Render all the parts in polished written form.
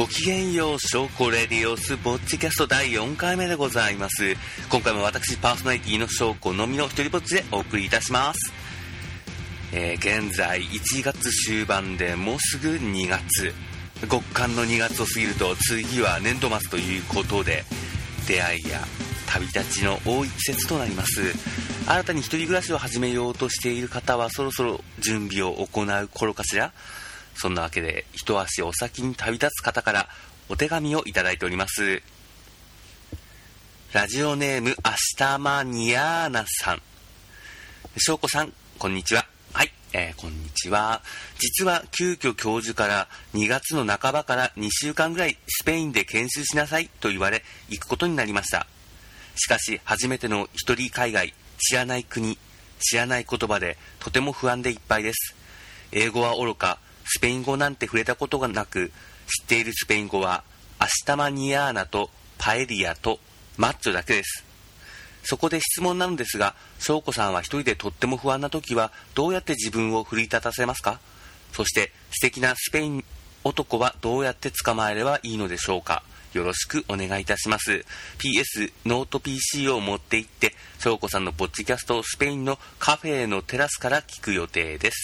ごきげんよう、ショーコレディオスボッチキャスト第4回目でございます。今回も私パーソナリティのショーコのみの一人ぼっちでお送りいたします。現在1月終盤でもうすぐ2月、極寒の2月を過ぎると次は年度末ということで、出会いや旅立ちの多い季節となります。新たに一人暮らしを始めようとしている方はそろそろ準備を行う頃かしら。そんなわけで一足お先に旅立つ方からお手紙をいただいております。ラジオネームアシタマニアーナさん。翔子さん、こんにちは。はい、こんにちは。実は急遽教授から2月の半ばから2週間ぐらいスペインで研修しなさいと言われ行くことになりました。しかし初めての一人海外、知らない国、知らない言葉でとても不安でいっぱいです。英語はおろかスペイン語なんて触れたことがなく、知っているスペイン語はアシタマニアーナとパエリアとマッチョだけです。そこで質問なのですが、翔子さんは一人でとっても不安な時はどうやって自分を奮い立たせますか？そして素敵なスペイン男はどうやって捕まえればいいのでしょうか？よろしくお願いいたします。 PS ノート PC を持って行って翔子さんのポッドキャストをスペインのカフェのテラスから聞く予定です。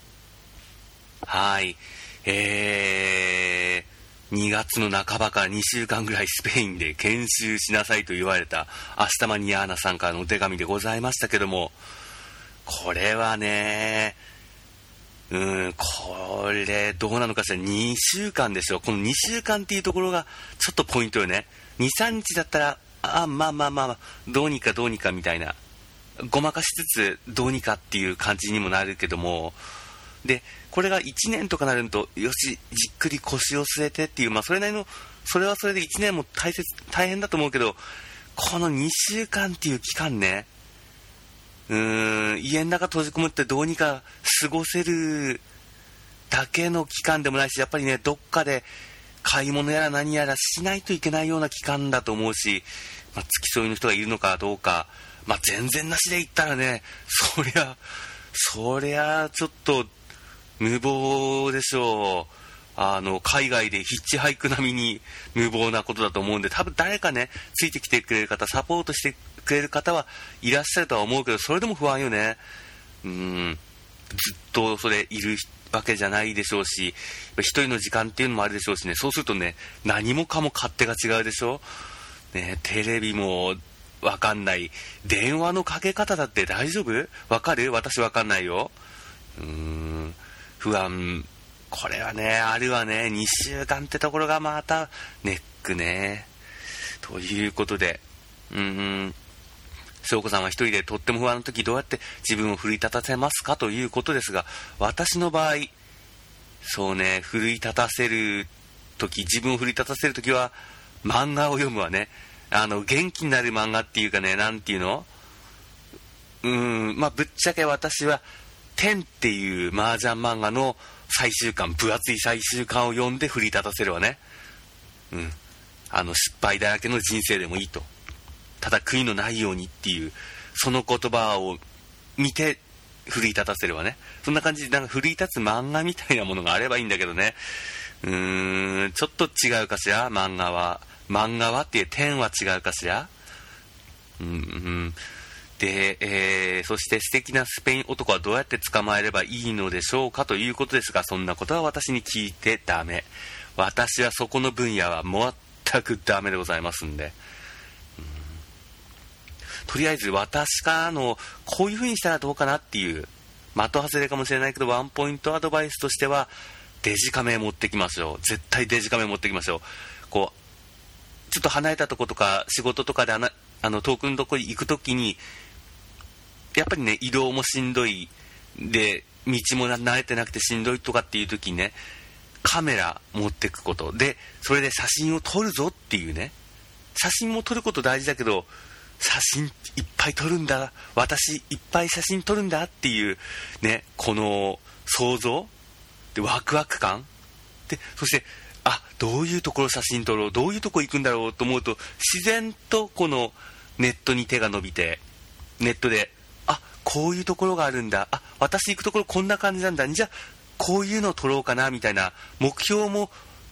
はい、2月の半ばから2週間ぐらいスペインで研修しなさいと言われたアシタマニアーナさんからのお手紙でございましたけども、これはね、これどうなのかしら。2週間でしょ。この2週間っていうところがちょっとポイントよね。 2,3 日だったらまあどうにかみたいな、ごまかしつつどうにかっていう感じにもなるけども、でこれが1年とかなるとよしじっくり腰を据えてっていう、それなりのそれはそれで1年も大変だと思うけど、この2週間っていう期間ね、家の中閉じこもってどうにか過ごせるだけの期間でもないし、やっぱりねどっかで買い物やら何やらしないといけないような期間だと思うし、付き添いの人がいるのかどうか、全然なしで行ったらね、そりゃちょっと無謀でしょう。海外でヒッチハイク並みに無謀なことだと思うんで、多分誰かねついてきてくれる方、サポートしてくれる方はいらっしゃるとは思うけど、それでも不安よね。ずっとそれいるわけじゃないでしょうし、一人の時間っていうのもあるでしょうしね。そうするとね、何もかも勝手が違うでしょね。テレビもわかんない、電話のかけ方だって大丈夫？わかる？私わかんないよ。不安、これはねあるわね。2週間ってところがまたネックね。ということで、翔子さんは一人でとっても不安な時どうやって自分を奮い立たせますかということですが、私の場合そうね、奮い立たせる時、自分を奮い立たせる時は漫画を読むわね。元気になる漫画っていうかね、なんていうの、ぶっちゃけ私は10っていう麻雀漫画の最終巻、分厚い最終巻を読んで奮い立たせるわね。失敗だらけの人生でもいいと、ただ悔いのないようにっていうその言葉を見て奮い立たせるわね。そんな感じでなんか奮い立つ漫画みたいなものがあればいいんだけどね。ちょっと違うかしら。漫画はっていう10は違うかしら。で、そして素敵なスペイン男はどうやって捕まえればいいのでしょうかということですが、そんなことは私に聞いてダメ。私はそこの分野は全くダメでございますんで、とりあえず私からのこういう風にしたらどうかなっていう的外れかもしれないけどワンポイントアドバイスとしては、デジカメ持ってきましょう。絶対デジカメ持ってきましょう。こうちょっと離れたとことか仕事とかで遠くのとこに行くときにやっぱりね、移動もしんどいで道も慣れてなくてしんどいとかっていうときにね、カメラ持ってくことで、それで写真を撮るぞっていうね。写真も撮ること大事だけど、写真いっぱい撮るんだ、私いっぱい写真撮るんだっていうね、この想像でワクワク感で、そしてどういうところ写真撮ろう、どういうとこ行くんだろうと思うと、自然とこのネットに手が伸びて、ネットでこういうところがあるんだ、私行くところこんな感じなんだ、じゃあこういうのを撮ろうかなみたいな目標も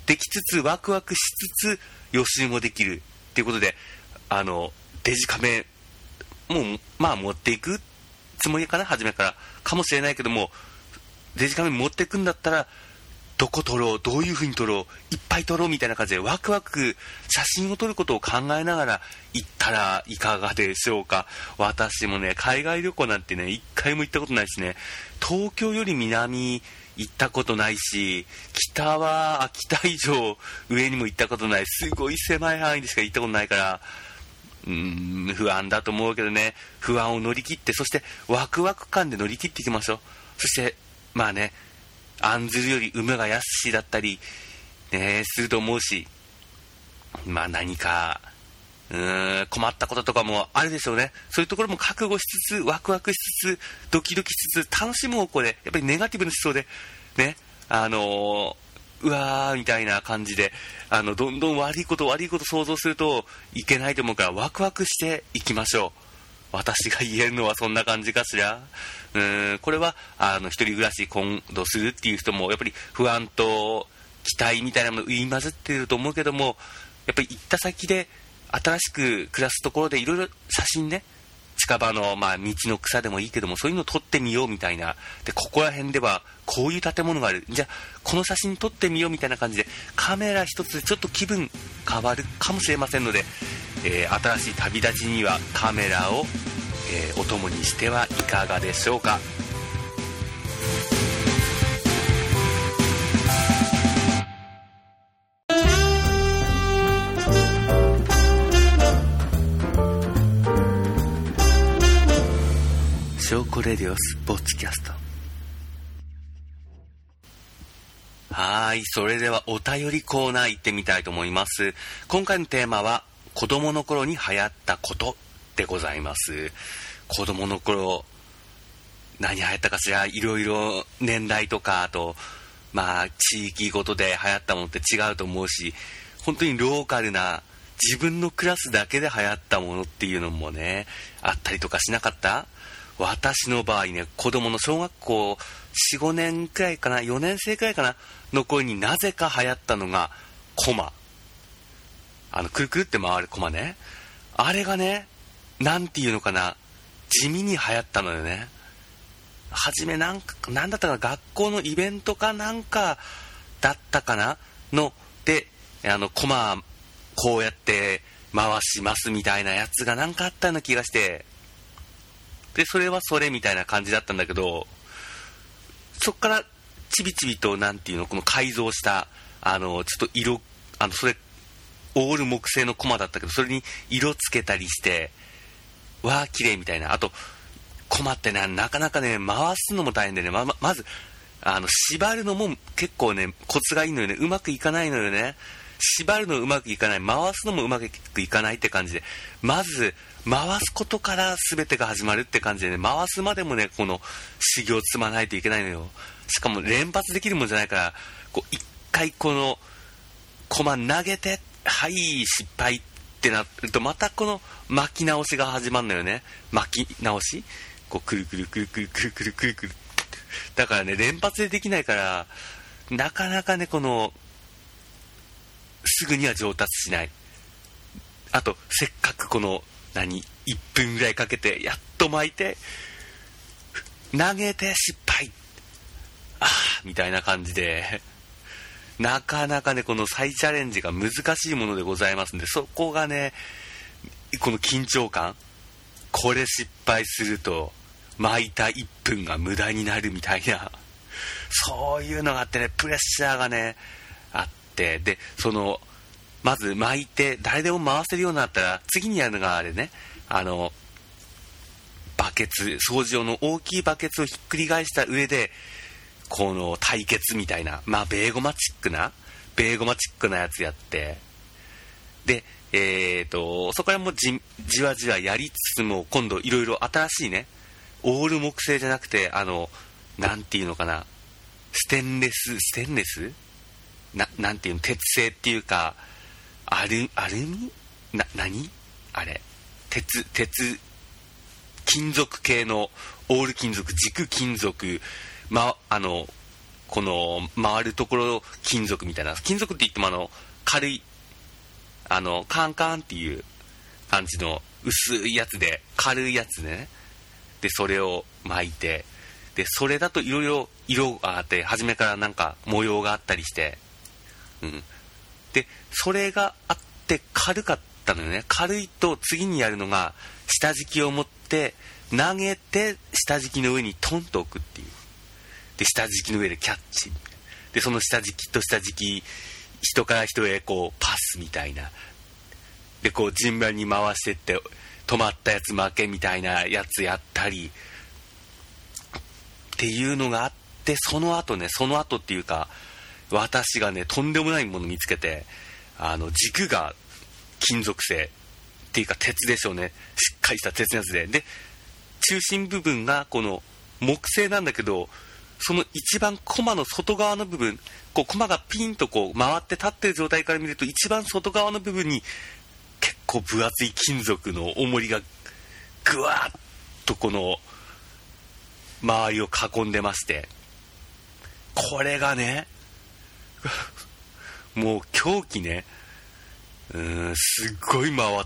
できつつワクワクしつつ予習もできるっていうことで、デジカメも持っていくつもりかな、初めからかもしれないけども、デジカメ持っていくんだったらどこ撮ろう、どういう風に撮ろう、いっぱい撮ろうみたいな感じでワクワク写真を撮ることを考えながら行ったらいかがでしょうか。私もね、海外旅行なんてね、一回も行ったことないしね、東京より南行ったことないし、北は秋田以上上にも行ったことない、すごい狭い範囲でしか行ったことないから、不安だと思うけどね、不安を乗り切って、そしてワクワク感で乗り切っていきましょう。そしてまあね、案ずるより馬が安しだったり、ね、すると思うし、まあ何か困ったこととかもあるでしょうね。そういうところも覚悟しつつ、ワクワクしつつ、ドキドキしつつ、楽しむ方向で、やっぱりネガティブな思想でね、うわーみたいな感じで、どんどん悪いこと想像するといけないと思うから、ワクワクしていきましょう。私が言えるのはそんな感じかしら。これは一人暮らし今度するっていう人もやっぱり不安と期待みたいなものを入り混じっていると思うけども、やっぱり行った先で新しく暮らすところでいろいろ写真ね、近場の、道の草でもいいけども、そういうのを撮ってみようみたいな。で、ここら辺ではこういう建物がある、じゃあこの写真撮ってみようみたいな感じで、カメラ一つでちょっと気分変わるかもしれませんので、新しい旅立ちにはカメラを、お供にしてはいかがでしょうか。ショーコレディオスポッツキャスト。はい、それではお便りコーナー行ってみたいと思います。今回のテーマは子供の頃に流行ったことでございます。子供の頃何流行ったかしら。いろいろ年代とか、あと地域ごとで流行ったものって違うと思うし、本当にローカルな自分のクラスだけで流行ったものっていうのもね、あったりとかしなかった？私の場合ね、子供の小学校 4,5 年くらいかな、4年生くらいかなの頃になぜか流行ったのがコマ。くるくるって回るコマね。あれがね、なんていうのかな、地味に流行ったのよね。はじめなんだったかな、学校のイベントかなんかだったかなので、コマこうやって回しますみたいなやつがなんかあったような気がして、でそれはそれみたいな感じだったんだけど、そっからちびちびとなんていうの、この改造したちょっと色、それオール木製のコマだったけど、それに色つけたりしてわー綺麗みたいな。あとコマってね、なかなかね回すのも大変でね、まず縛るのも結構ねコツがいいのよね。うまくいかないのよね。縛るのうまくいかない、回すのもうまくいかないって感じで、まず回すことから全てが始まるって感じでね、回すまでもねこの修行を積まないといけないのよ。しかも連発できるもんじゃないから、こう一回このコマ投げて、はい失敗ってなると、またこの巻き直しが始まるのよね。巻き直し、こうくるくるくるくるくるくるくるくる、だからね連発でできないから、なかなかねこのすぐには上達しない。あとせっかくこの1分ぐらいかけてやっと巻いて投げて失敗、みたいな感じで、なかなかねこの再チャレンジが難しいものでございますんで、そこがねこの緊張感、これ失敗すると巻いた1分が無駄になるみたいな、そういうのがあってね、プレッシャーがねあって、でまず巻いて誰でも回せるようになったら、次にやるのがあれね、バケツ、掃除用の大きいバケツをひっくり返した上でこの対決みたいな、ベーゴマチックなやつやって、でそこからもうじわじわやりつつも、今度いろいろ新しいね、オール木製じゃなくてなんていうのかな、ステンレスなんていうの、鉄製っていうかアルミ何あれ、鉄金属系のオール金属、軸金属、 この回るところ金属みたいな、金属って言っても軽いカンカンっていう感じの薄いやつで、軽いやつね。でそれを巻いて、でそれだといろいろ色があって、初めからなんか模様があったりして、でそれがあって軽かったのよね。軽いと次にやるのが下敷きを持って投げて、下敷きの上にトンと置くっていう。で下敷きの上でキャッチで、その下敷きと下敷き人から人へこうパスみたいなで、こう順番に回してって止まったやつ負けみたいなやつやったりっていうのがあって、その後っていうか、私がねとんでもないもの見つけて、軸が金属製っていうか鉄でしょうね。しっかりした鉄のやつで、で中心部分がこの木製なんだけど、その一番コマの外側の部分、こうコマがピンとこう回って立ってる状態から見ると、一番外側の部分に結構分厚い金属の重りがぐわーっとこの周りを囲んでまして、これがねもう狂気ね、すっごい回って、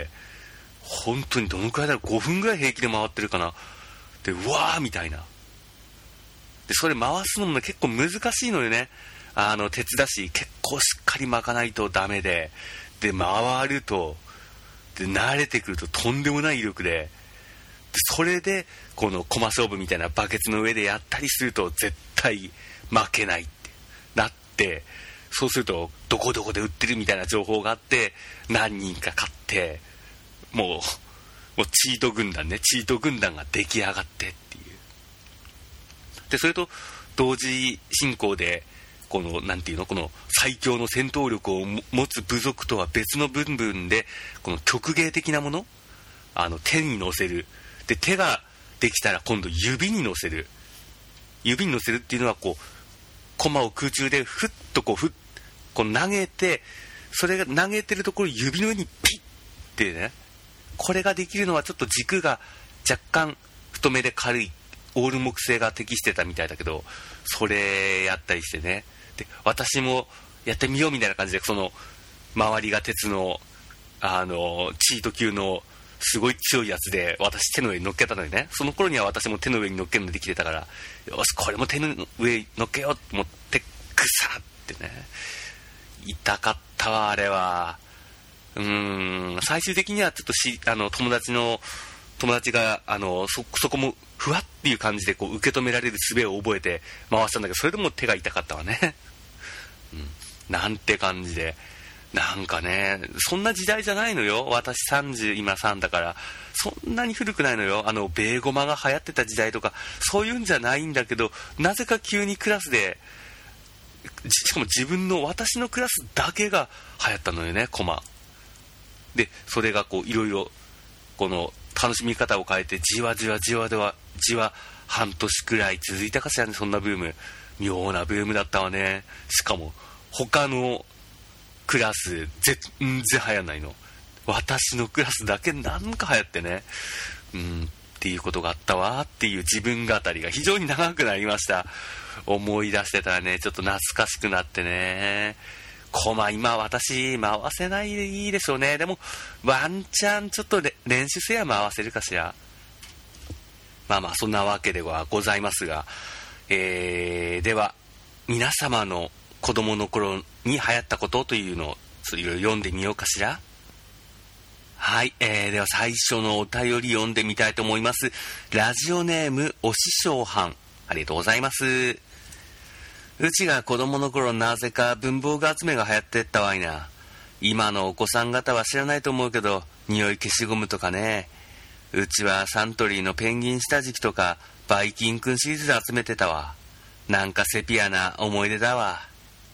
本当にどのくらいだろう、5分ぐらい平気で回ってるかな。でうわーみたいな。でそれ回すのも、ね、結構難しいのよね。鉄だし結構しっかり巻かないとダメで、で回ると、で慣れてくるととんでもない威力で、それでこのコマ勝負みたいなバケツの上でやったりすると絶対負けないってなって、そうするとどこどこで売ってるみたいな情報があって、何人か買って、もうチート軍団が出来上がってっていう。でそれと同時進行で、このなんていうの、この最強の戦闘力を持つ部族とは別の部分で、この曲芸的なもの、手に乗せる。で手ができたら今度指に乗せるっていうのは、こう駒を空中でふっとこう投げて、それが投げてるところを指の上にピッってね、これができるのはちょっと軸が若干太めで軽いオール木製が適してたみたいだけど、それやったりしてね。で私もやってみようみたいな感じで、その周りが鉄のチート級のすごい強いやつで、私手の上に乗っけたのにね。その頃には私も手の上に乗っけるのできてたから、よしこれも手の上に乗っけようと思って、グサってね、痛かったわあれは。最終的にはちょっと友達がそこもふわっていう感じでこう受け止められる術を覚えて回したんだけど、それでも手が痛かったわね。なんて感じで、なんかね、そんな時代じゃないのよ。私30今3だから、そんなに古くないのよ。ベーゴマが流行ってた時代とかそういうんじゃないんだけど、なぜか急にクラスで、しかも私のクラスだけが流行ったのよね、コマで。それがこういろいろこの楽しみ方を変えて、じわ半年くらい続いたかしらね、そんなブーム。妙なブームだったわね。しかも他のクラス全然流行んないの。私のクラスだけなんか流行ってね、っていうことがあったわっていう自分語りが非常に長くなりました。思い出してたらね、ちょっと懐かしくなってね。コマ今私回せないでいいでしょうね。でもワンチャンちょっと練習せや回せるかしら。まあそんなわけではございますが、では皆様の子供の頃に流行ったことというのをいろいろ読んでみようかしら。はい、では最初のお便り読んでみたいと思います。ラジオネームお師匠はありがとうございます。うちが子供の頃、なぜか文房具集めが流行ってったわいな。今のお子さん方は知らないと思うけど、匂い消しゴムとかね。うちはサントリーのペンギン下敷きとかバイキンくんシリーズで集めてたわ。なんかセピアな思い出だわ。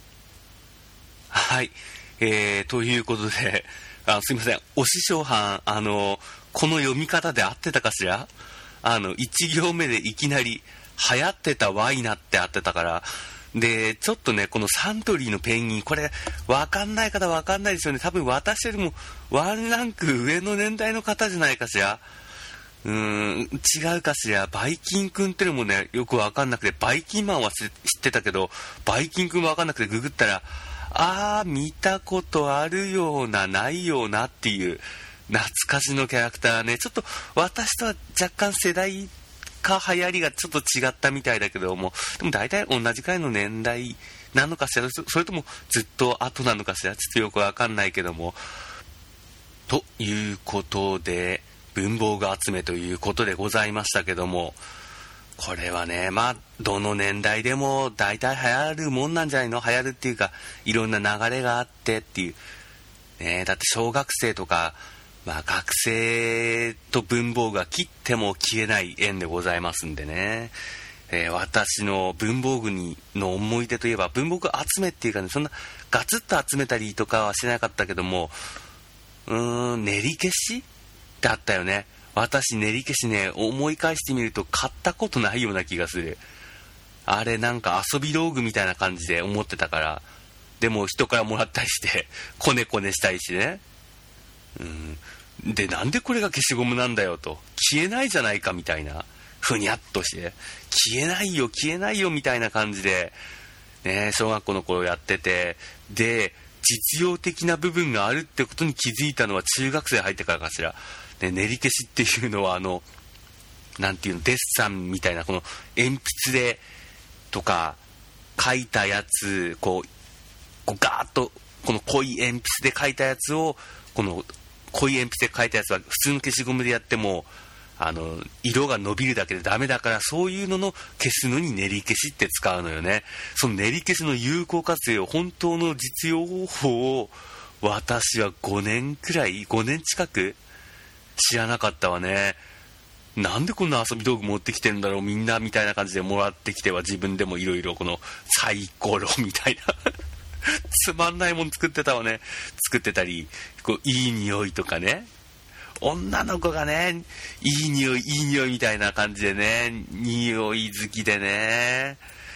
はい、ということで、すいません、お師匠はこの読み方で合ってたかしら。1行目でいきなり流行ってたワイナってあってたから、でちょっとね、このサントリーのペンギン、これ分かんない方分かんないですよね。多分私よりもワンランク上の年代の方じゃないかしら。 違うかしら。バイキンくんってのもね、よくわかんなくて、バイキンマンは知ってたけど、バイキンくんもわかんなくてググったら、見たことあるような、ないようなっていう懐かしのキャラクターね。ちょっと私とは若干世代か流行りがちょっと違ったみたいだけども、でも大体同じくらいの年代なのかしら、それともずっと後なのかしら、ちょっとよくわかんないけども。ということで、文房具集めということでございましたけども、これはね、どの年代でも大体流行るもんなんじゃないの？流行るっていうか、いろんな流れがあってっていう。ね、だって小学生とか、学生と文房具は切っても消えない縁でございますんでね。私の文房具の思い出といえば、文房具集めっていうかね、そんなガツッと集めたりとかはしなかったけども、練り消しってあったよね。私練り消しね、思い返してみると買ったことないような気がする。あれなんか遊び道具みたいな感じで思ってたから。でも人からもらったりしてコネコネしたりしてね。で、なんでこれが消しゴムなんだよと、消えないじゃないかみたいな、ふにゃっとして消えないよみたいな感じでね、小学校の頃やってて、で実用的な部分があるってことに気づいたのは中学生入ってからかしら。で、練り消しっていうのはなんていうの、デッサンみたいな、この鉛筆でとか書いたやつ、こうガーッとこの濃い鉛筆で書いたやつを、この濃い鉛筆で書いたやつは普通の消しゴムでやっても色が伸びるだけでダメだから、そういうのの消すのに練り消しって使うのよね。その練り消しの有効活用、本当の実用方法を私は5年近く知らなかったわね。なんでこんな遊び道具持ってきてるんだろうみんな、みたいな感じでもらってきては、自分でもいろいろこのサイコロみたいなつまんないもん作ってたわね。作ってたり、いい匂いとかね、女の子がね、いい匂いみたいな感じでね、匂い好きでね、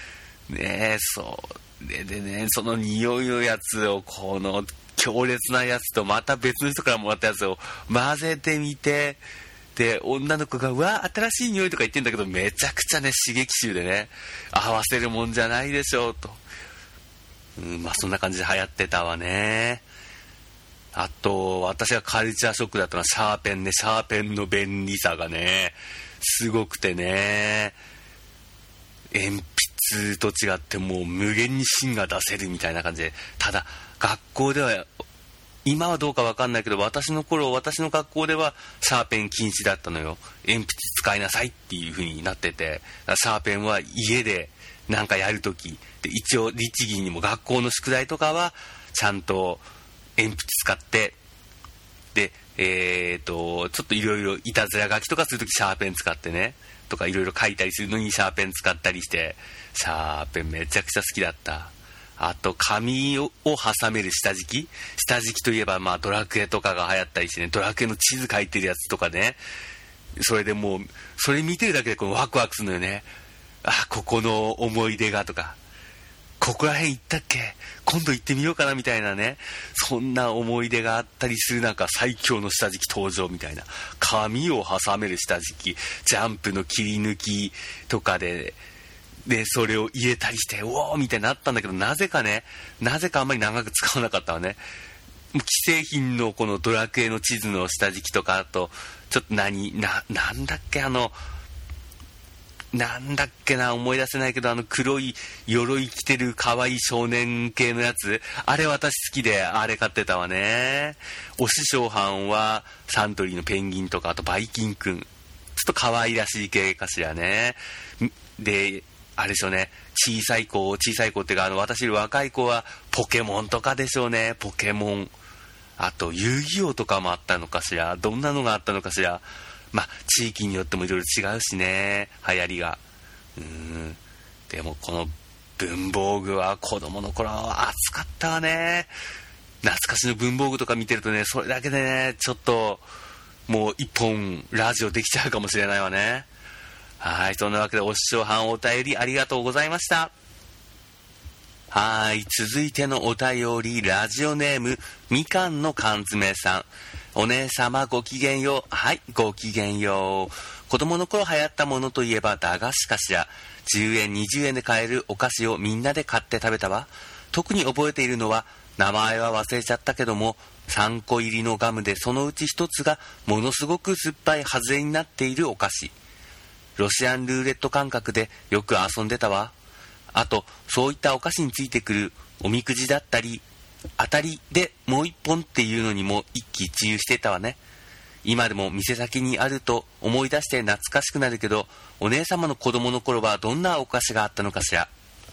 そうでね、その匂いのやつを、この強烈なやつとまた別の人からもらったやつを混ぜてみて、で女の子が新しい匂いとか言ってんだけど、めちゃくちゃね刺激臭でね、合わせるもんじゃないでしょうと。そんな感じで流行ってたわね。あと私がカルチャーショックだったのはシャーペンね。シャーペンの便利さがねすごくてね、鉛筆と違ってもう無限に芯が出せるみたいな感じで。ただ学校では、今はどうか分かんないけど、私の学校ではシャーペン禁止だったのよ。鉛筆使いなさいっていう風になってて、シャーペンは家でなんかやるときで、一応律儀にも学校の宿題とかはちゃんと鉛筆使って、でちょっといろいろいたずら書きとかするときシャーペン使ってね、とかいろいろ書いたりするのにシャーペン使ったりして、シャーペンめちゃくちゃ好きだった。あと紙を挟める下敷きといえば、ドラクエとかが流行ったりしてね、ドラクエの地図書いてるやつとかね、それでもうそれ見てるだけでこのワクワクするのよね。ここの思い出がとか、ここら辺行ったっけ、今度行ってみようかなみたいなね、そんな思い出があったりする中、最強の下敷き登場みたいな。紙を挟める下敷き、ジャンプの切り抜きとかでそれを入れたりして、おーみたいになったんだけど、なぜかあんまり長く使わなかったわね。既製品のこのドラクエの地図の下敷きとか、あとちょっとなんだっけ思い出せないけど、黒い鎧着てる可愛い少年系のやつ、あれ私好きで、あれ買ってたわね。お師匠藩はサントリーのペンギンとか、あとバイキンくん、ちょっと可愛らしい系かしらね。であれでしょうね、小さい子っていうか、私より若い子はポケモンとかでしょうね。ポケモン、あと遊戯王とかもあったのかしら。どんなのがあったのかしら。地域によってもいろいろ違うしね、流行りが。でもこの文房具は子供の頃は熱かったわね。懐かしの文房具とか見てるとね、それだけでね、ちょっともう一本ラジオできちゃうかもしれないわね。はい、そんなわけでお師匠はんお便りありがとうございました。 はい、続いてのお便り、ラジオネームみかんの缶詰さん。お姉様ごきげんよう。はい、ごきげんよう。子供の頃流行ったものといえば駄菓子かしら。10円20円で買えるお菓子をみんなで買って食べたわ。特に覚えているのは、名前は忘れちゃったけども、3個入りのガムでそのうち1つがものすごく酸っぱいハズレになっているお菓子。ロシアンルーレット感覚でよく遊んでたわ。あと、そういったお菓子についてくるおみくじだったり、当たりでもう一本っていうのにも一喜一憂してたわね。今でも店先にあると思い出して懐かしくなるけど、お姉様の子供の頃はどんなお菓子があったのかしら。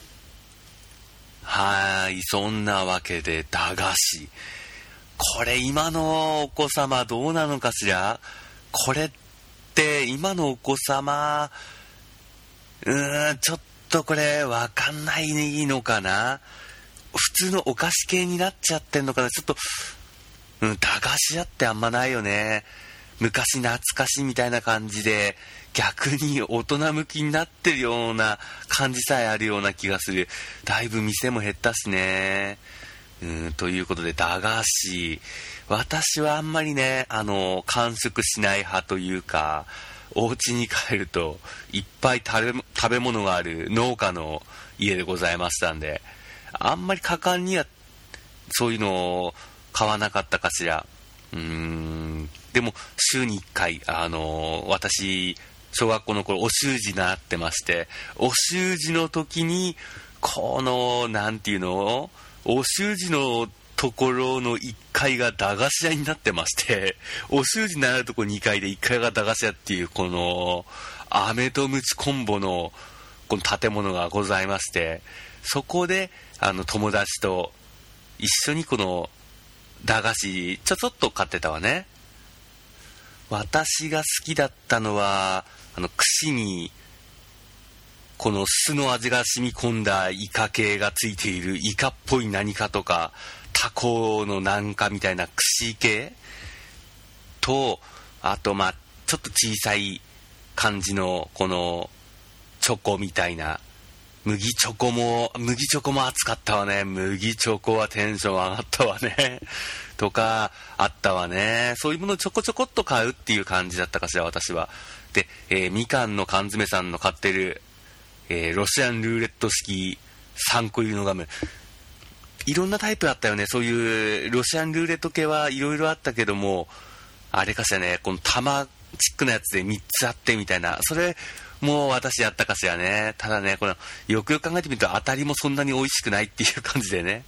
はい、そんなわけで駄菓子。これ今のお子様どうなのかしら。これって今のお子様、ちょっとこれわかんないのかな。普通のお菓子系になっちゃってんのかな。ちょっと、駄菓子屋ってあんまないよね。昔懐かしいみたいな感じで、逆に大人向きになってるような感じさえあるような気がする。だいぶ店も減ったしね。ということで駄菓子。私はあんまりね、完食しない派というか、お家に帰るといっぱい食べ物がある農家の家でございましたんで、あんまり果敢にはそういうのを買わなかったかしら。でも週に1回私小学校の頃お習字習ってまして、お習字の時にこのなんていうの、お習字のところの1階が駄菓子屋になってまして、お習字習うとこ2階で1階が駄菓子屋っていう、この飴とムチコンボのこの建物がございまして、そこで友達と一緒にこの駄菓子ちょっと買ってたわね。私が好きだったのは串にこの酢の味が染み込んだイカ系がついているイカっぽい何かとか、タコのなんかみたいな串系と、あとちょっと小さい感じのこのチョコみたいな麦チョコも熱かったわね。麦チョコはテンション上がったわねとかあったわね。そういうものをちょこちょこっと買うっていう感じだったかしら、私は。で、みかんの缶詰さんの買ってる、ロシアンルーレット式3個入りのガム、いろんなタイプあったよね。そういうロシアンルーレット系はいろいろあったけども、あれかしらね、この玉チックなやつで3つあってみたいな、それもう私やったかしらね。ただね、これよくよく考えてみると当たりもそんなに美味しくないっていう感じでね。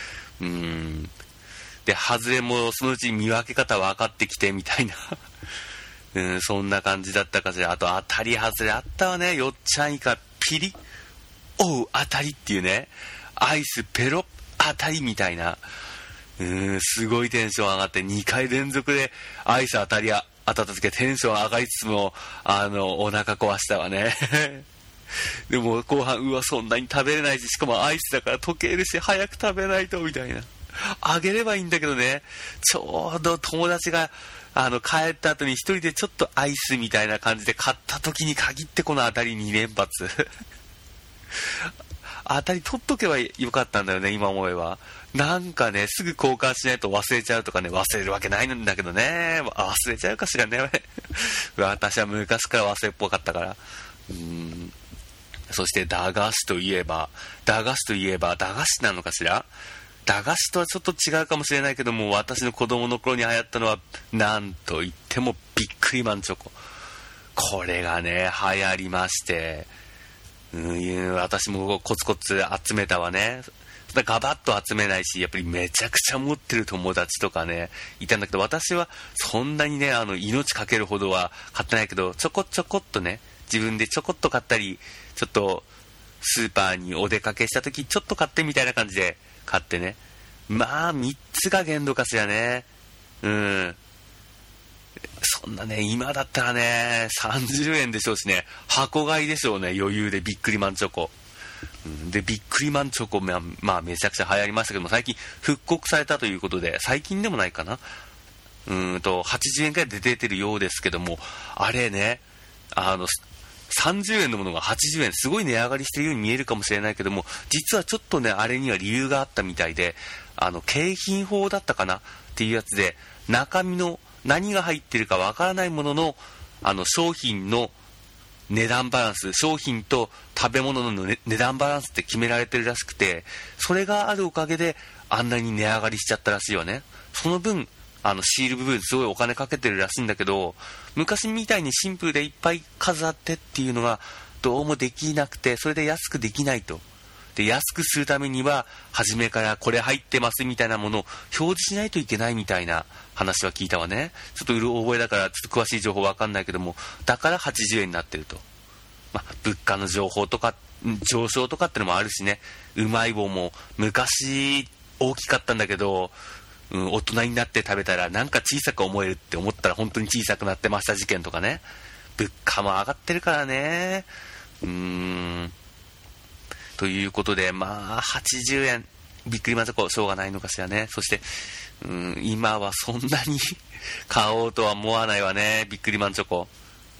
で、外れもそのうち見分け方分かってきてみたいなそんな感じだったかしら。あと当たり外れあったわね。よっちゃんいかピリおう当たりっていうね、アイスペロ当たりみたいな、すごいテンション上がって2回連続でアイス当たった時はテンション上がりつつもお腹壊したわねでも後半そんなに食べれないし、しかもアイスだから溶けるし早く食べないとみたいな。あげればいいんだけどね。ちょうど友達が帰った後に一人でちょっとアイスみたいな感じで買った時に限ってこの当たり2連発当たり取っとけばよかったんだよね、今思えば。なんかね、すぐ交換しないと忘れちゃうとかね、忘れるわけないんだけどね。忘れちゃうかしらね私は昔から忘れっぽかったから。そして駄菓子といえば駄菓子なのかしら。駄菓子とはちょっと違うかもしれないけども、私の子供の頃に流行ったのはなんといってもビックリマンチョコ。これがね流行りまして、私もコツコツ集めたわね。ガバッと集めないし、やっぱりめちゃくちゃ持ってる友達とかねいたんだけど、私はそんなにね命かけるほどは買ってないけど、ちょこちょこっとね自分でちょこっと買ったり、ちょっとスーパーにお出かけした時ちょっと買ってみたいな感じで買ってね。3つが限度かしらね。そんなね、今だったらね30円でしょうしね、箱買いでしょうね、余裕で。ビックリマンチョコ、でビックリマンチョコめちゃくちゃ流行りましたけども、最近復刻されたということで、最近でもないかな、80円くらいで出てるようですけども、あれね 30円のものが80円、すごい値上がりしているように見えるかもしれないけども、実はちょっとね、あれには理由があったみたいで、景品法だったかなっていうやつで、中身の何が入ってるかわからないものの、商品の値段バランス、商品と食べ物の、値段バランスって決められてるらしくて、それがあるおかげであんなに値上がりしちゃったらしいわね。その分シール部分すごいお金かけてるらしいんだけど、昔みたいにシンプルでいっぱい数あってっていうのがどうもできなくて、それで安くできないと。で、安くするためには初めからこれ入ってますみたいなものを表示しないといけないみたいな話は聞いたわね。ちょっとうる覚えだからちょっと詳しい情報わかんないけども、だから80円になってると。物価の情報とか上昇とかってのもあるしね。うまい棒も昔大きかったんだけど、大人になって食べたらなんか小さく思えるって思ったら本当に小さくなってました事件とかね。物価も上がってるからね。ということで、80円びっくりマンチョコしょうがないのかしらね。そして今はそんなに買おうとは思わないわね、びっくりマンチョコ。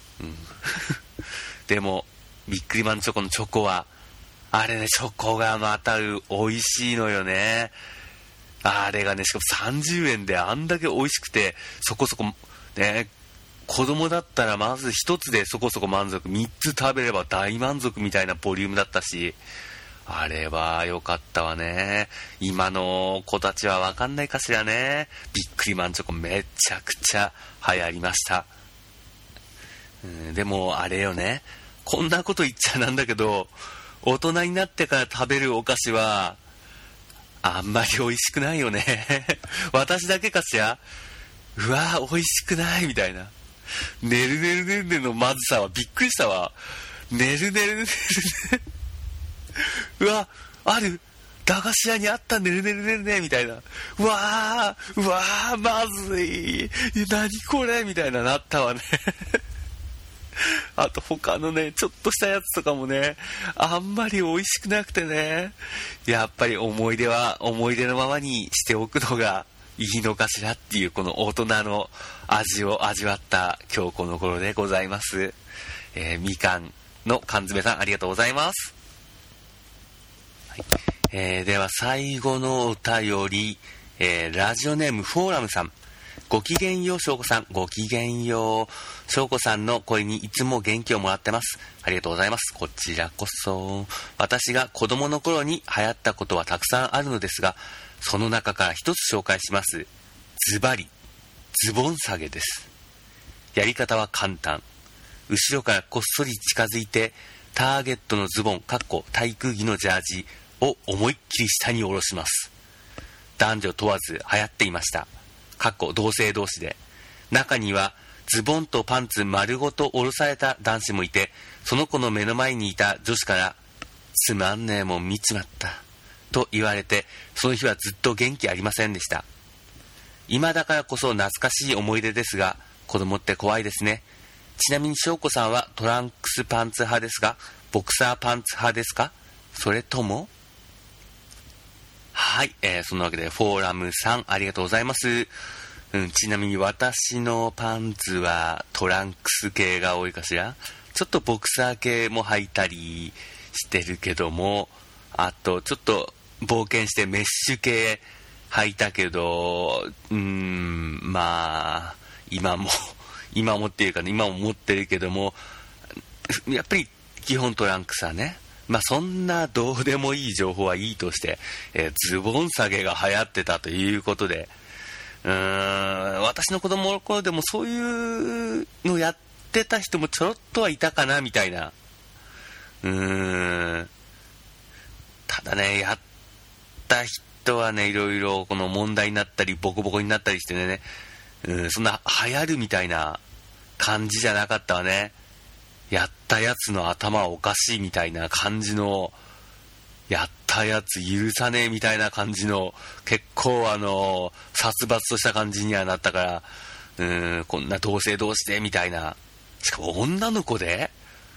でもビックリマンチョコのチョコはあれね、チョコがまた美味しいのよね。あれがね、しかも30円であんだけ美味しくて、そこそこね、子供だったらまず一つでそこそこ満足、3つ食べれば大満足みたいなボリュームだったし、あれは良かったわね。今の子たちは分かんないかしらね。ビックリマンチョコめちゃくちゃ流行りました。でもあれよね、こんなこと言っちゃなんだけど、大人になってから食べるお菓子はあんまり美味しくないよね。私だけかしら。うわー美味しくないみたいな。ねるねるねるねのまずさはびっくりしたわ。ねるねるねるね。うわ、ある駄菓子屋にあったねるねるねるねみたいな。うわーまずい。何これみたいななったわね。あと他のね、ちょっとしたやつとかもね、あんまり美味しくなくてね、やっぱり思い出は思い出のままにしておくのがいいのかしらっていう、この大人の味を味わった今日この頃でございます。みかんの缶詰さんありがとうございます。はい、では最後のお便り、ラジオネームフォーラムさん。ごきげんようしょうこさん、ごきげんよう。しょうこさんの声にいつも元気をもらってます。ありがとうございます。こちらこそ。私が子供の頃に流行ったことはたくさんあるのですが、その中から一つ紹介します。ズバリズボン下げです。やり方は簡単。後ろからこっそり近づいてターゲットのズボン体育着のジャージを思いっきり下に下ろします。男女問わず流行っていました。同性同士で。中にはズボンとパンツ丸ごと下ろされた男子もいて、その子の目の前にいた女子からつまんねえもん見ちまったと言われて、その日はずっと元気ありませんでした。今だからこそ懐かしい思い出ですが、子供って怖いですね。ちなみに翔子さんはトランクスパンツ派ですか、ボクサーパンツ派ですか、それとも。はい、そんなわけでフォーラムさんありがとうございます。ちなみに私のパンツはトランクス系が多いかしら。ちょっとボクサー系も履いたりしてるけども、あとちょっと冒険してメッシュ系履いたけど、まあ今もっていうかね、今も持ってるけども、やっぱり基本トランクスはね。まあそんなどうでもいい情報はいいとして、ズボン下げが流行ってたということで、私の子供の頃でもそういうのやってた人もちょろっとはいたかなみたいな。ただね、やった人はね、いろいろこの問題になったりボコボコになったりしてね、そんな流行るみたいな感じじゃなかったわね。やったやつの頭はおかしいみたいな感じの、やったやつ許さねえみたいな感じの、結構殺伐とした感じにはなったから、こんな同性同士でみたいな。しかも女の子で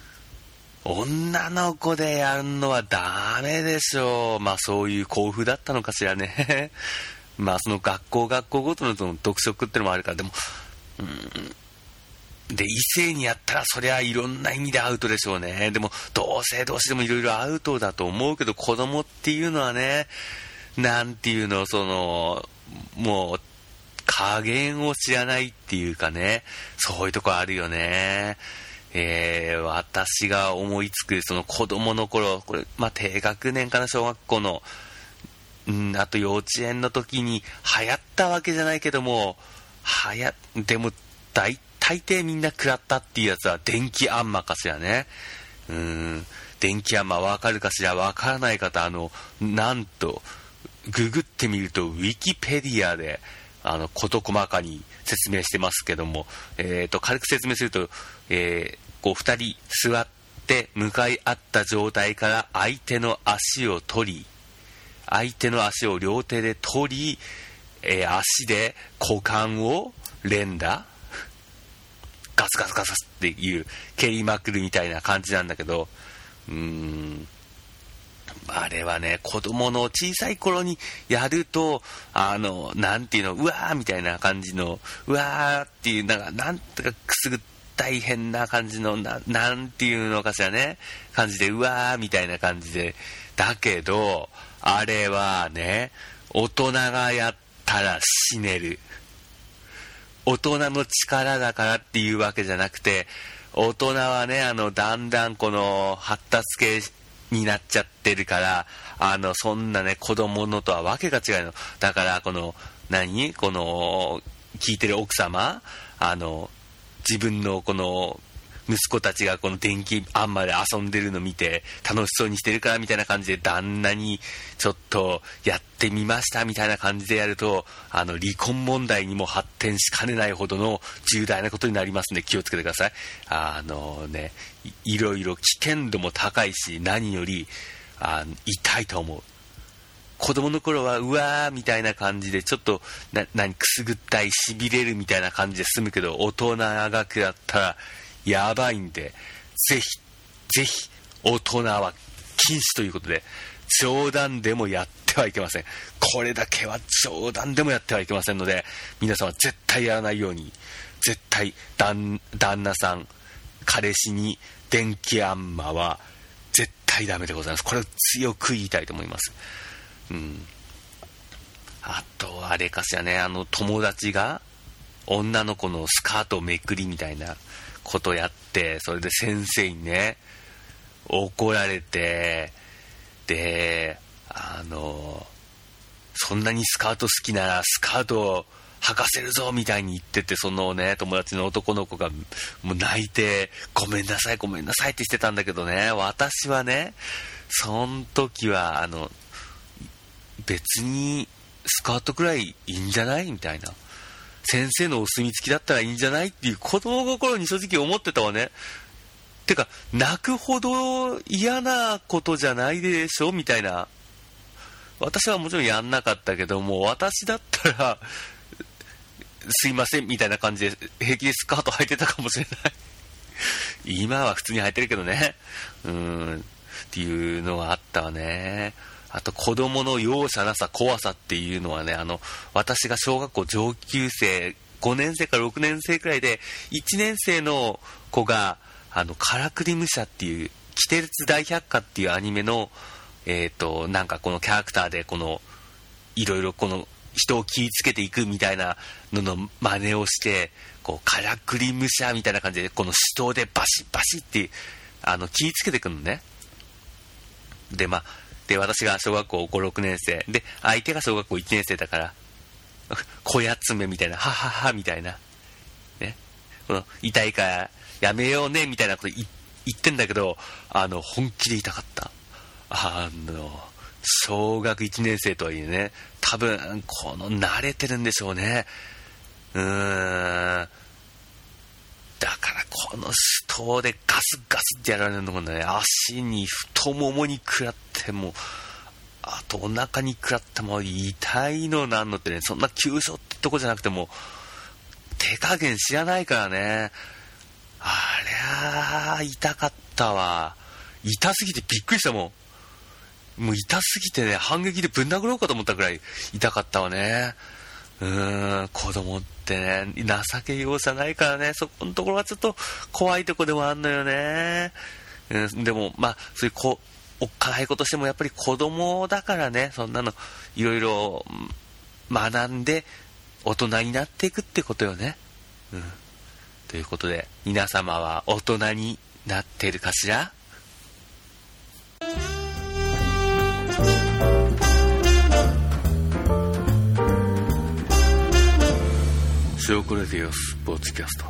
やるのはダメでしょう。まあそういう校風だったのかしらね。まあその学校ごとのその特色ってのもあるから、でもで、異性にやったらそりゃいろんな意味でアウトでしょうね。でも同性同士でもいろいろアウトだと思うけど、子供っていうのはね、なんていうの、もう加減を知らないっていうかね、そういうとこあるよね。私が思いつくその子供の頃、これ低学年かな、小学校のあと幼稚園の時に流行ったわけじゃないけども、でも大抵みんな食らったっていうやつは電気あんまかしらね。電気あんまわかるかしら。わからない方、なんとググってみるとウィキペディアで事細かに説明してますけども、軽く説明すると、こう2人座って向かい合った状態から相手の足を両手で取り、足で股間を連打ガスガスガスっていう蹴りまくるみたいな感じなんだけど、あれはね、子供の小さい頃にやるとなんていうの、うわーみたいな感じの、うわーっていうなんとかくすぐ大変な感じのなんていうのかしらね、感じでうわーみたいな感じで、だけどあれはね、大人がやったら死ねる。大人の力だからっていうわけじゃなくて、大人はね、だんだんこの発達系になっちゃってるから、そんなね、子供のとはわけが違うの。だからこの聞いてる奥様、自分のこの息子たちがこの電気あんまで遊んでるの見て楽しそうにしてるからみたいな感じで、旦那にちょっとやってみましたみたいな感じでやると、離婚問題にも発展しかねないほどの重大なことになりますので気をつけてください。いろいろ危険度も高いし、何より痛いと思う。子供の頃はうわーみたいな感じでちょっとくすぐったい、しびれるみたいな感じで済むけど、大人が食らったらやばいんで、ぜひ大人は禁止ということで、冗談でもやってはいけません。これだけは冗談でもやってはいけませんので、皆さんは絶対やらないように。絶対旦那さん、彼氏に電気あんまは絶対ダメでございます。これを強く言いたいと思います。あとあれかしらね、友達が女の子のスカートをめくりみたいなことやって、それで先生にね怒られて、でそんなにスカート好きならスカートを履かせるぞみたいに言ってて、そのね友達の男の子がもう泣いてごめんなさいってしてたんだけどね、私はねそん時は別にスカートくらいいいんじゃないみたいな、先生のお墨付きだったらいいんじゃないっていう子供心に正直思ってたわね。てか泣くほど嫌なことじゃないでしょみたいな。私はもちろんやんなかったけども、私だったらすいませんみたいな感じで平気でスカート履いてたかもしれない今は普通に履いてるけどね、っていうのがあったわね。あと子供の容赦なさ怖さっていうのはね、私が小学校上級生5年生から6年生くらいで、1年生の子がカラクリ武者っていうキテレツ大百科っていうアニメのなんかこのキャラクターでいろいろこの人を気ぃつけていくみたいなのの真似をして、こうカラクリ武者みたいな感じでこの手刀でバシッバシッって気ぃつけていくのね。で私が小学校5、6年生で、相手が小学校1年生だから小やつめみたいな、はははみたいなね、この痛いからやめようねみたいなこと言ってんだけど、本気で痛かった。小学1年生とはいえね、多分慣れてるんでしょうね。だからこの手刀でガスガスってやられるのがね、足に太ももに食らっても、あとお腹に食らっても痛いのなんのってね、そんな急所ってとこじゃなくても手加減知らないからね。ありゃ痛かったわ。痛すぎてびっくりしたもん。もう痛すぎてね、反撃でぶん殴ろうかと思ったくらい痛かったわね。 子供ってね、情け容赦ないからね、そこのところはちょっと怖いとこでもあんのよね。でもまあそういうおっかないことしてもやっぱり子供だからね、そんなのいろいろ学んで大人になっていくってことよね。ということで、皆様は大人になっているかしら？証拠レディオスポーツキャスト。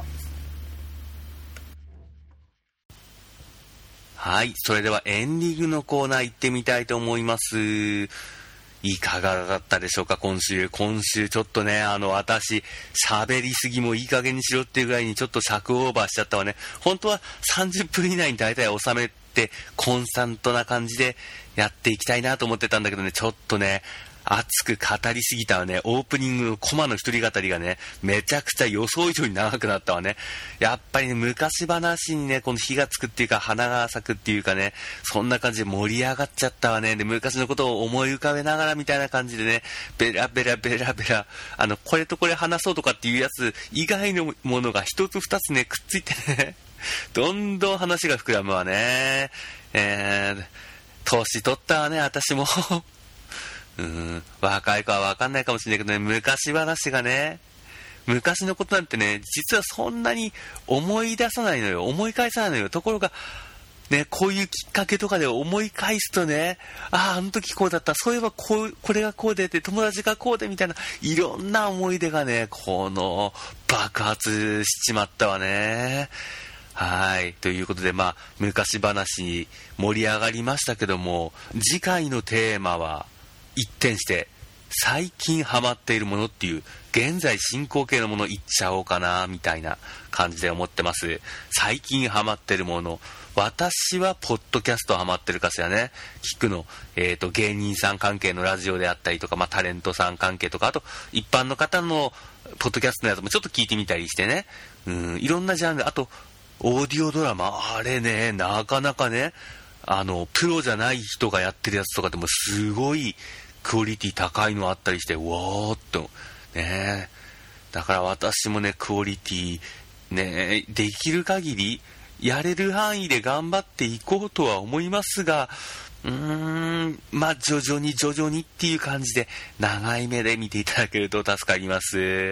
はい、それではエンディングのコーナー行ってみたいと思います。いかがだったでしょうか？今週ちょっとね、私喋りすぎもいい加減にしろっていうぐらいにちょっと尺オーバーしちゃったわね。本当は30分以内に大体収めてコンスタントな感じでやっていきたいなと思ってたんだけどね、ちょっとね熱く語りすぎたわね。オープニングのコマの一人語りがね、めちゃくちゃ予想以上に長くなったわね。やっぱりね、昔話にね、この火がつくっていうか、花が咲くっていうかね、そんな感じで盛り上がっちゃったわね。で、昔のことを思い浮かべながらみたいな感じでね、ベラベラ、これとこれ話そうとかっていうやつ以外のものが一つ二つね、くっついてね、どんどん話が膨らむわね。年取ったわね、私も。若い子は分かんないかもしれないけどね、昔話がね、昔のことなんてね、実はそんなに思い出さないのよ、思い返さないのよ。ところがね、こういうきっかけとかで思い返すとね、あの時こうだった、そういえばこれがこうでって、友達がこうでみたいな、いろんな思い出がね、爆発しちまったわね。はい、ということで、昔話盛り上がりましたけども、次回のテーマは一転して最近ハマっているものっていう現在進行形のものいっちゃおうかなみたいな感じで思ってます。最近ハマっているもの、私はポッドキャストハマってるかしらね。聞くの、芸人さん関係のラジオであったりとか、タレントさん関係とか、あと一般の方のポッドキャストのやつもちょっと聞いてみたりしてね、いろんなジャンル、あとオーディオドラマ、あれね、なかなかね、プロじゃない人がやってるやつとかでもすごいクオリティ高いのあったりして、うわーっとね。だから私もね、クオリティね、できる限りやれる範囲で頑張っていこうとは思いますが、徐々にっていう感じで長い目で見ていただけると助かります。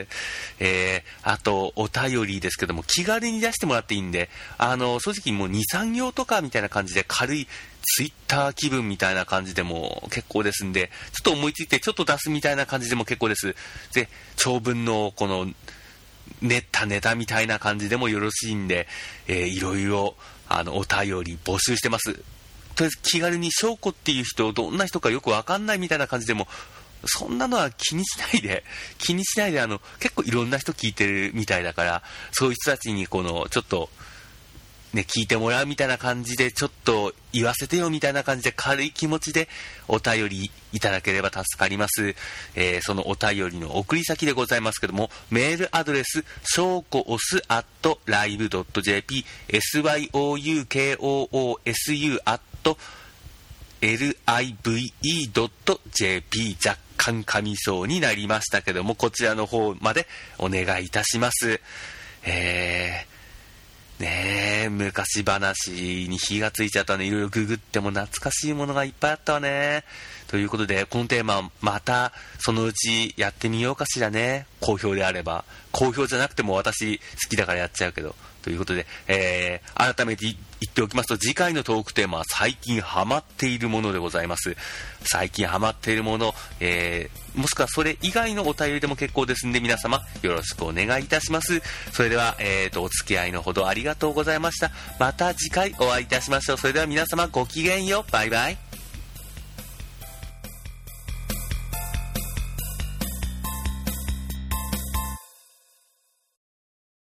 あとお便りですけども、気軽に出してもらっていいんで、正直もう 2,3 行とかみたいな感じで軽いツイッター気分みたいな感じでも結構ですんで、ちょっと思いついてちょっと出すみたいな感じでも結構です。で、長文のこの練ったネタみたいな感じでもよろしいんで、いろいろお便り募集してます。とりあえず気軽に翔子っていう人どんな人かよくわかんないみたいな感じでも、そんなのは気にしないで結構いろんな人聞いてるみたいだから、そういう人たちにちょっとね、聞いてもらうみたいな感じで、ちょっと言わせてよみたいな感じで軽い気持ちでお便りいただければ助かります。そのお便りの送り先でございますけども、メールアドレスしょうこおす@live.jp syoukoousu@live.jp 若干噛みそうになりましたけども、こちらの方までお願いいたします。ねえ、昔話に火がついちゃったね。いろいろググっても懐かしいものがいっぱいあったわね。ということで、このテーマまたそのうちやってみようかしらね。好評であれば。好評じゃなくても私好きだからやっちゃうけど。ということで、改めて言っておきますと、次回のトークテーマは最近ハマっているものでございます。最近ハマっているもの、もしくはそれ以外のお便りでも結構ですんで、皆様よろしくお願いいたします。それでは、お付き合いのほどありがとうございました。また次回お会いいたしましょう。それでは皆様ごきげんよう。バイバイ。